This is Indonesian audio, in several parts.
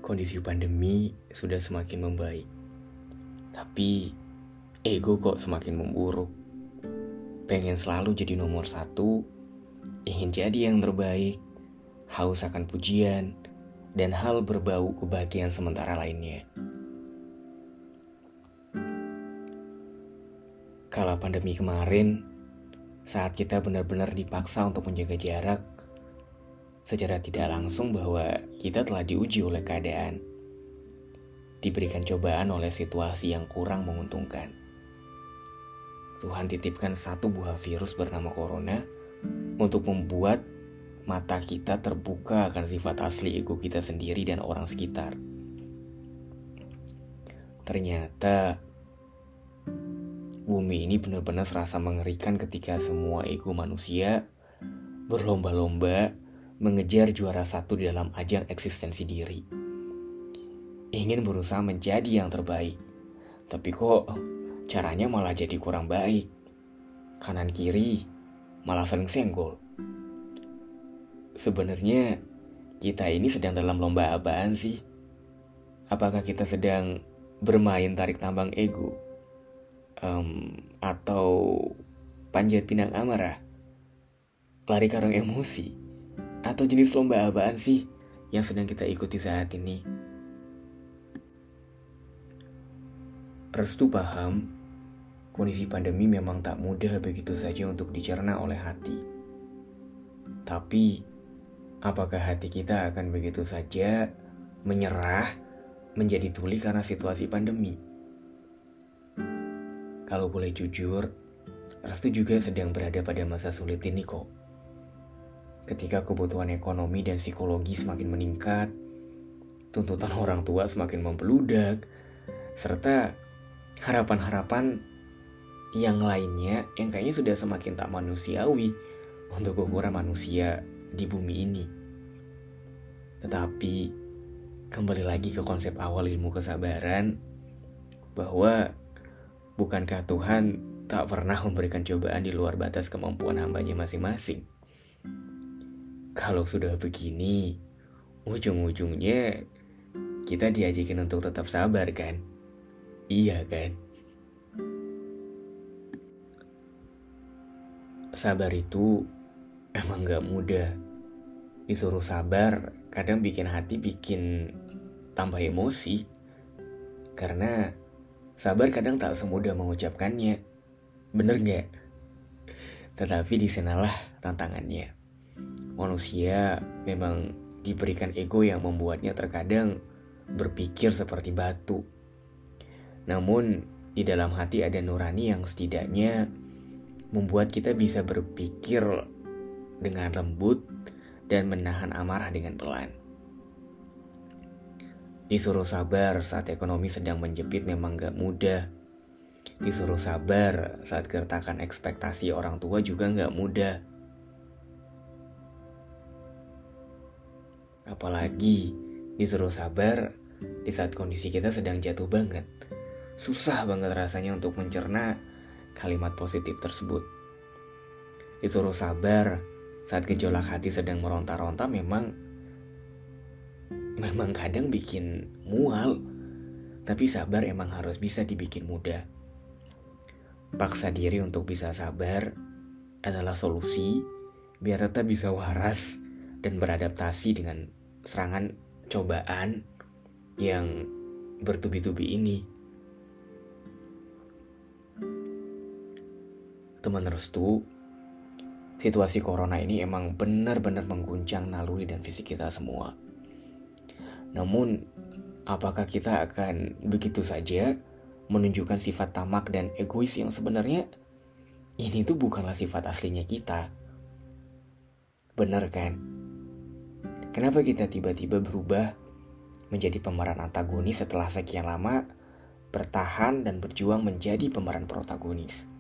Kondisi pandemi sudah semakin membaik, tapi ego kok semakin memburuk. Pengen selalu jadi nomor satu, ingin jadi yang terbaik, haus akan pujian, dan hal berbau kebahagiaan sementara lainnya. Kala pandemi kemarin, saat kita benar-benar dipaksa untuk menjaga jarak, secara tidak langsung bahwa kita telah diuji oleh keadaan, diberikan cobaan oleh situasi yang kurang menguntungkan. Tuhan titipkan satu buah virus bernama Corona untuk membuat mata kita terbuka akan sifat asli ego kita sendiri dan orang sekitar. Ternyata bumi ini benar-benar serasa mengerikan ketika semua ego manusia berlomba-lomba mengejar juara satu dalam ajang eksistensi diri. Ingin berusaha menjadi yang terbaik, tapi kok caranya malah jadi kurang baik. Kanan kiri malah saling senggol. Sebenarnya kita ini sedang dalam lomba apaan sih? Apakah kita sedang bermain tarik tambang ego? Atau panjat pinang amarah? Lari karung emosi? Atau jenis lomba apaan sih yang sedang kita ikuti saat ini? Restu paham, kondisi pandemi memang tak mudah begitu saja untuk dicerna oleh hati. Tapi, apakah hati kita akan begitu saja menyerah, menjadi tuli karena situasi pandemi? Kalau boleh jujur, Restu juga sedang berada pada masa sulit ini kok. Ketika kebutuhan ekonomi dan psikologi semakin meningkat, tuntutan orang tua semakin membeludak, serta harapan-harapan yang lainnya yang kayaknya sudah semakin tak manusiawi untuk ukuran manusia di bumi ini. Tetapi, kembali lagi ke konsep awal ilmu kesabaran, bahwa bukankah Tuhan tak pernah memberikan cobaan di luar batas kemampuan hambanya masing-masing? Kalau sudah begini, ujung-ujungnya kita diajakin untuk tetap sabar kan? Iya kan? Sabar itu emang gak mudah. Disuruh sabar, kadang bikin hati bikin tambah emosi. Karena sabar kadang tak semudah mengucapkannya. Bener gak? Tetapi di sanalah tantangannya. Manusia memang diberikan ego yang membuatnya terkadang berpikir seperti batu. Namun di dalam hati ada nurani yang setidaknya membuat kita bisa berpikir dengan lembut dan menahan amarah dengan pelan. Disuruh sabar saat ekonomi sedang menjepit memang gak mudah. Disuruh sabar saat gertakan ekspektasi orang tua juga gak mudah. Apalagi disuruh sabar di saat kondisi kita sedang jatuh banget. Susah banget rasanya untuk mencerna kalimat positif tersebut. Disuruh sabar saat gejolak hati sedang meronta-ronta memang kadang bikin mual. Tapi sabar emang harus bisa dibikin mudah. Paksa diri untuk bisa sabar adalah solusi biar tetap bisa waras dan beradaptasi dengan serangan cobaan yang bertubi-tubi ini. Teman Restu, situasi corona ini emang benar-benar mengguncang naluri dan fisik kita semua. Namun, apakah kita akan begitu saja menunjukkan sifat tamak dan egois yang sebenarnya ini tuh bukanlah sifat aslinya kita? Benar kan? Kenapa kita tiba-tiba berubah menjadi pemeran antagonis setelah sekian lama bertahan dan berjuang menjadi pemeran protagonis?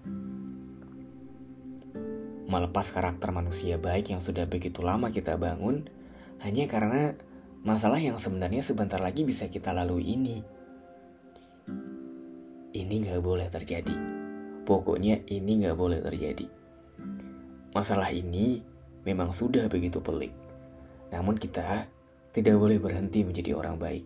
Melepas karakter manusia baik yang sudah begitu lama kita bangun hanya karena masalah yang sebenarnya sebentar lagi bisa kita lalui ini. Ini gak boleh terjadi. Pokoknya ini gak boleh terjadi. Masalah ini memang sudah begitu pelik. Namun kita tidak boleh berhenti menjadi orang baik.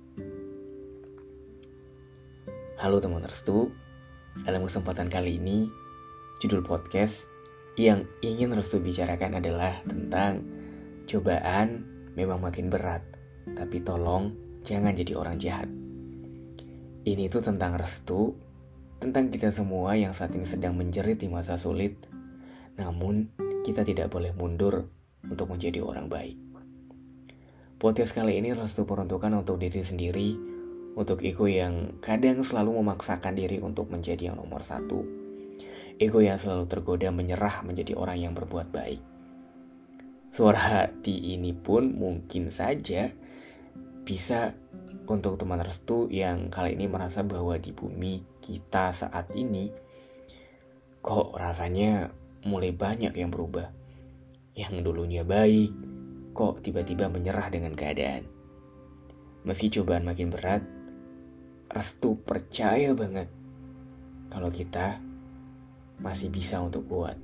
Halo teman restu, dalam kesempatan kali ini, judul podcast yang ingin Restu bicarakan adalah tentang cobaan memang makin berat, tapi tolong jangan jadi orang jahat. Ini tuh tentang Restu, tentang kita semua yang saat ini sedang menjerit di masa sulit, namun kita tidak boleh mundur untuk menjadi orang baik. Podcast kali ini Restu peruntukan untuk diri sendiri, untuk ego yang kadang selalu memaksakan diri untuk menjadi yang nomor satu. Ego yang selalu tergoda menyerah menjadi orang yang berbuat baik. Suara hati ini pun mungkin saja bisa untuk teman restu yang kali ini merasa bahwa di bumi kita saat ini kok rasanya mulai banyak yang berubah. Yang dulunya baik, kok tiba-tiba menyerah dengan keadaan. Meski cobaan makin berat, Restu percaya banget kalau kita masih bisa untuk kuat.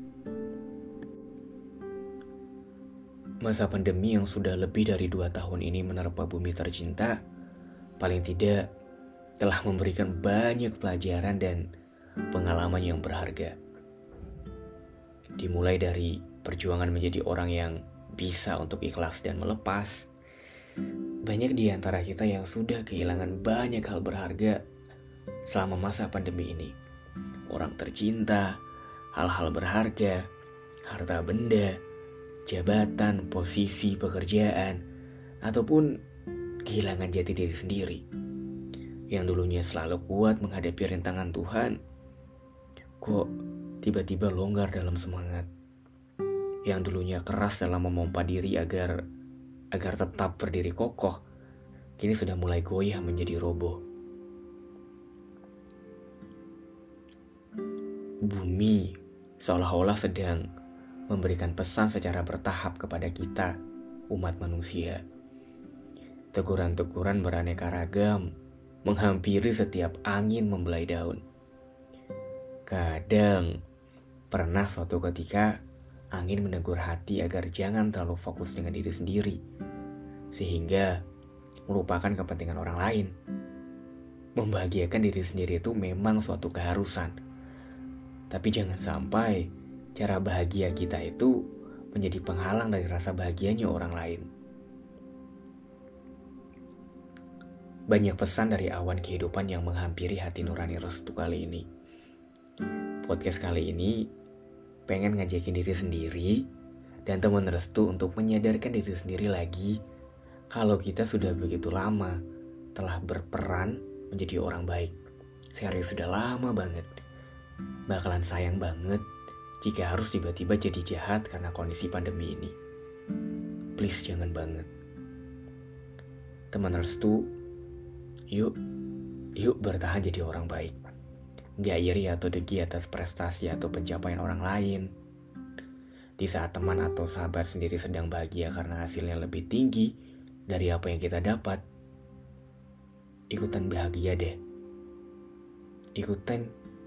Masa pandemi yang sudah lebih dari 2 tahun ini menerpa bumi tercinta, paling tidak telah memberikan banyak pelajaran dan pengalaman yang berharga. Dimulai dari perjuangan menjadi orang yang bisa untuk ikhlas dan melepas. Banyak di antara kita yang sudah kehilangan banyak hal berharga selama masa pandemi ini. Orang tercinta, hal-hal berharga, harta benda, jabatan, posisi, pekerjaan, ataupun kehilangan jati diri sendiri. Yang dulunya selalu kuat menghadapi rintangan Tuhan, kok tiba-tiba longgar dalam semangat. Yang dulunya keras dalam memompa diri agar tetap berdiri kokoh, kini sudah mulai goyah menjadi roboh. Bumi seolah-olah sedang memberikan pesan secara bertahap kepada kita, umat manusia. Teguran-teguran beraneka ragam menghampiri setiap angin membelai daun. Kadang pernah suatu ketika angin menegur hati agar jangan terlalu fokus dengan diri sendiri, sehingga melupakan kepentingan orang lain. Membahagiakan diri sendiri itu memang suatu keharusan, tapi jangan sampai cara bahagia kita itu menjadi penghalang dari rasa bahagianya orang lain. Banyak pesan dari awan kehidupan yang menghampiri hati nurani Restu kali ini. Podcast kali ini pengen ngajakin diri sendiri dan teman Restu untuk menyadarkan diri sendiri lagi kalau kita sudah begitu lama telah berperan menjadi orang baik. Serius sudah lama banget. Bakalan sayang banget jika harus tiba-tiba jadi jahat karena kondisi pandemi ini. Please jangan banget. Teman Restu, yuk bertahan jadi orang baik. Gak iri atau dengki atas prestasi atau pencapaian orang lain. Di saat teman atau sahabat sendiri sedang bahagia karena hasilnya lebih tinggi dari apa yang kita dapat, ikutan bahagia deh. Ikutan.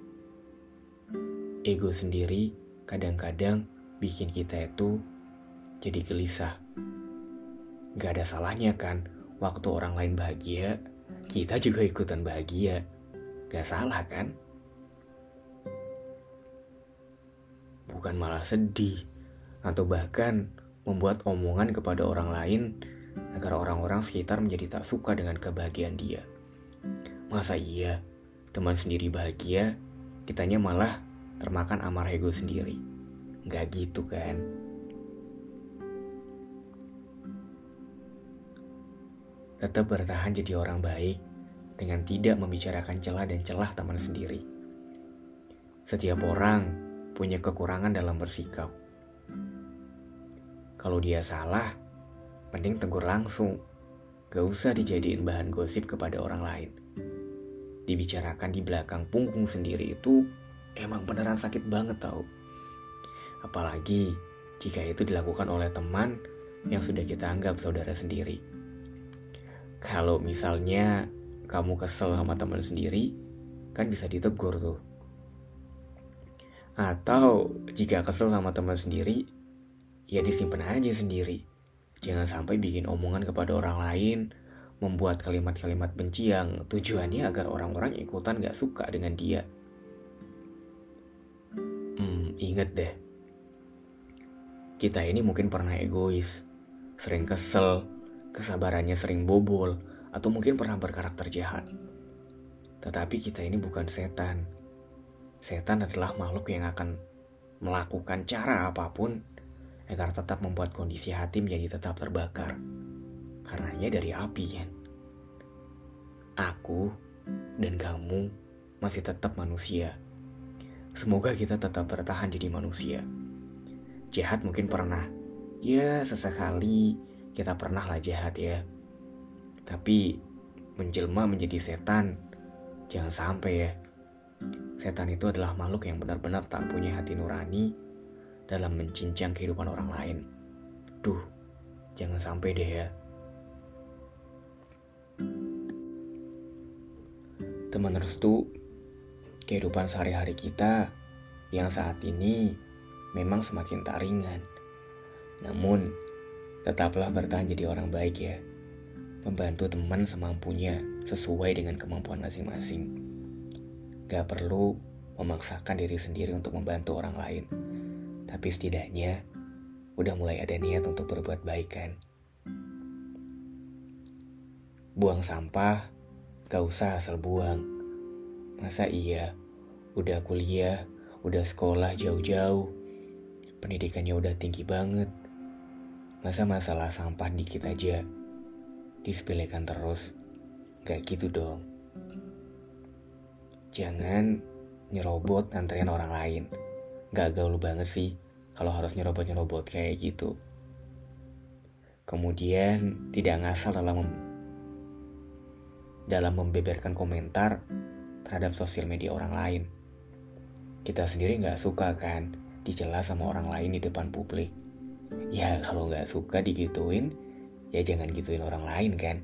Ego sendiri kadang-kadang bikin kita itu jadi gelisah. Gak ada salahnya kan waktu orang lain bahagia, kita juga ikutan bahagia. Gak salah kan? Bukan malah sedih atau bahkan membuat omongan kepada orang lain agar orang-orang sekitar menjadi tak suka dengan kebahagiaan dia. Masa iya teman sendiri bahagia, kitanya malah termakan amarah ego sendiri? Gak gitu kan? Tetap bertahan jadi orang baik dengan tidak membicarakan celah dan celah teman sendiri. Setiap orang punya kekurangan dalam bersikap. Kalau dia salah, mending tegur langsung. Gak usah dijadiin bahan gosip kepada orang lain. Dibicarakan di belakang punggung sendiri itu emang beneran sakit banget tau. Apalagi jika itu dilakukan oleh teman yang sudah kita anggap saudara sendiri. Kalau misalnya kamu kesel sama teman sendiri, kan bisa ditegur tuh. Atau jika kesel sama teman sendiri, ya disimpan aja sendiri. Jangan sampai bikin omongan kepada orang lain, membuat kalimat-kalimat benci yang tujuannya agar orang-orang ikutan gak suka dengan dia. Ingat deh, kita ini mungkin pernah egois, sering kesel, kesabarannya sering bobol, atau mungkin pernah berkarakter jahat. Tetapi kita ini bukan setan. Setan adalah makhluk yang akan melakukan cara apapun agar tetap membuat kondisi hati menjadi tetap terbakar. Karena ia dari api kan. Aku dan kamu masih tetap manusia. Semoga kita tetap bertahan jadi manusia. Jahat mungkin pernah. Ya sesekali kita pernah lah jahat ya. Tapi menjelma menjadi setan, jangan sampai ya. Setan itu adalah makhluk yang benar-benar tak punya hati nurani dalam mencincang kehidupan orang lain. Jangan sampai deh ya. Teman restu, kehidupan sehari-hari kita yang saat ini memang semakin tak ringan. Namun, tetaplah bertahan jadi orang baik ya. Membantu teman semampunya sesuai dengan kemampuan masing-masing. Gak perlu memaksakan diri sendiri untuk membantu orang lain. Tapi setidaknya udah mulai ada niat untuk berbuat baik kan. Buang sampah, gak usah asal buang. Masa iya, udah kuliah, udah sekolah jauh-jauh, pendidikannya udah tinggi banget. Masa masalah sampah dikit aja disepelekan terus? Gak gitu dong. Jangan nyerobot antrean orang lain. Gak gaul banget sih kalau harus nyerobot-nyerobot kayak gitu. Kemudian tidak ngasal dalam membeberkan komentar terhadap sosial media orang lain. Kita sendiri gak suka kan dicela sama orang lain di depan publik. Ya kalau gak suka digituin, ya jangan gituin orang lain kan.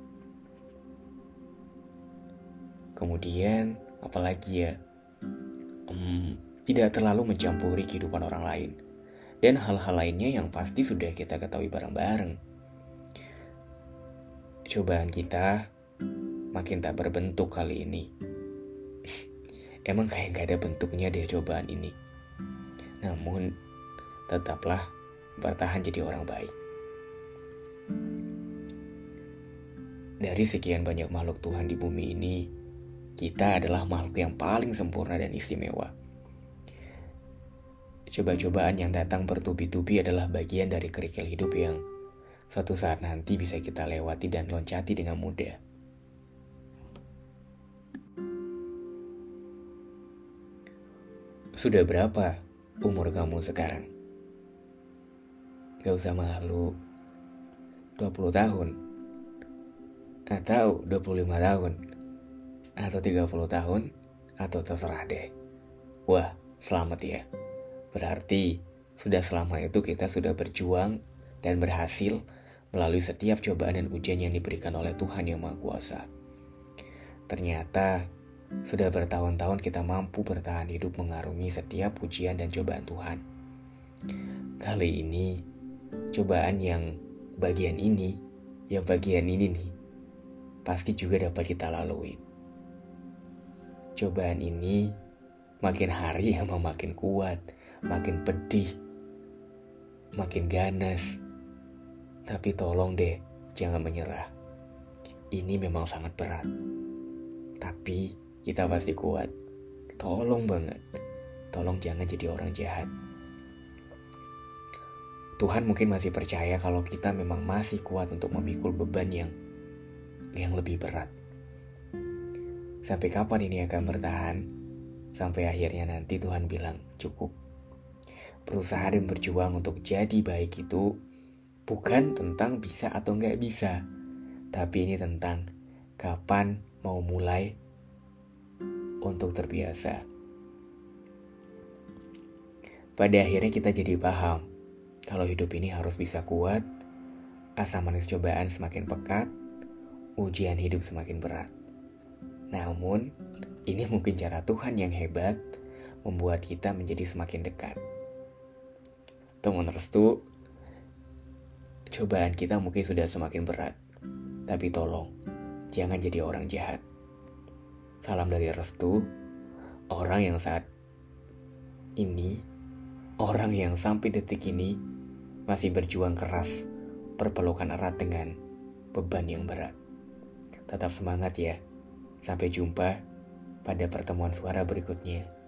Kemudian apalagi ya, tidak terlalu mencampuri kehidupan orang lain dan hal-hal lainnya yang pasti sudah kita ketahui bareng-bareng. Cobaan kita makin tak berbentuk kali ini. Emang kayak gak ada bentuknya deh cobaan ini. Namun tetaplah bertahan jadi orang baik. Dari sekian banyak makhluk Tuhan di bumi ini, kita adalah makhluk yang paling sempurna dan istimewa. Coba-cobaan yang datang bertubi-tubi adalah bagian dari kerikil hidup yang suatu saat nanti bisa kita lewati dan loncati dengan mudah. Sudah berapa umur kamu sekarang? Gak usah malu. 20 tahun? Atau 25 tahun? Atau 30 tahun? Atau terserah deh. Wah, selamat ya. Berarti sudah selama itu kita sudah berjuang dan berhasil melalui setiap cobaan dan ujian yang diberikan oleh Tuhan Yang Maha Kuasa. Ternyata sudah bertahun-tahun kita mampu bertahan hidup mengarungi setiap ujian dan cobaan Tuhan. Kali ini, cobaan yang bagian ini nih, pasti juga dapat kita lalui. Cobaan ini makin hari emang makin kuat, makin pedih, makin ganas. Tapi tolong deh, jangan menyerah. Ini memang sangat berat. Tapi kita pasti kuat. Tolong banget. Tolong jangan jadi orang jahat. Tuhan mungkin masih percaya kalau kita memang masih kuat untuk memikul beban yang lebih berat. Sampai kapan ini akan bertahan? Sampai akhirnya nanti Tuhan bilang cukup. Berusaha dan berjuang untuk jadi baik itu bukan tentang bisa atau nggak bisa. Tapi ini tentang kapan mau mulai untuk terbiasa. Pada akhirnya kita jadi paham kalau hidup ini harus bisa kuat, asam manis cobaan semakin pekat, ujian hidup semakin berat. Namun, ini mungkin cara Tuhan yang hebat membuat kita menjadi semakin dekat. Teman restu, cobaan kita mungkin sudah semakin berat. Tapi tolong, jangan jadi orang jahat. Salam dari Restu, orang yang saat ini, orang yang sampai detik ini masih berjuang keras, berpelukan erat dengan beban yang berat. Tetap semangat ya. Sampai jumpa pada pertemuan suara berikutnya.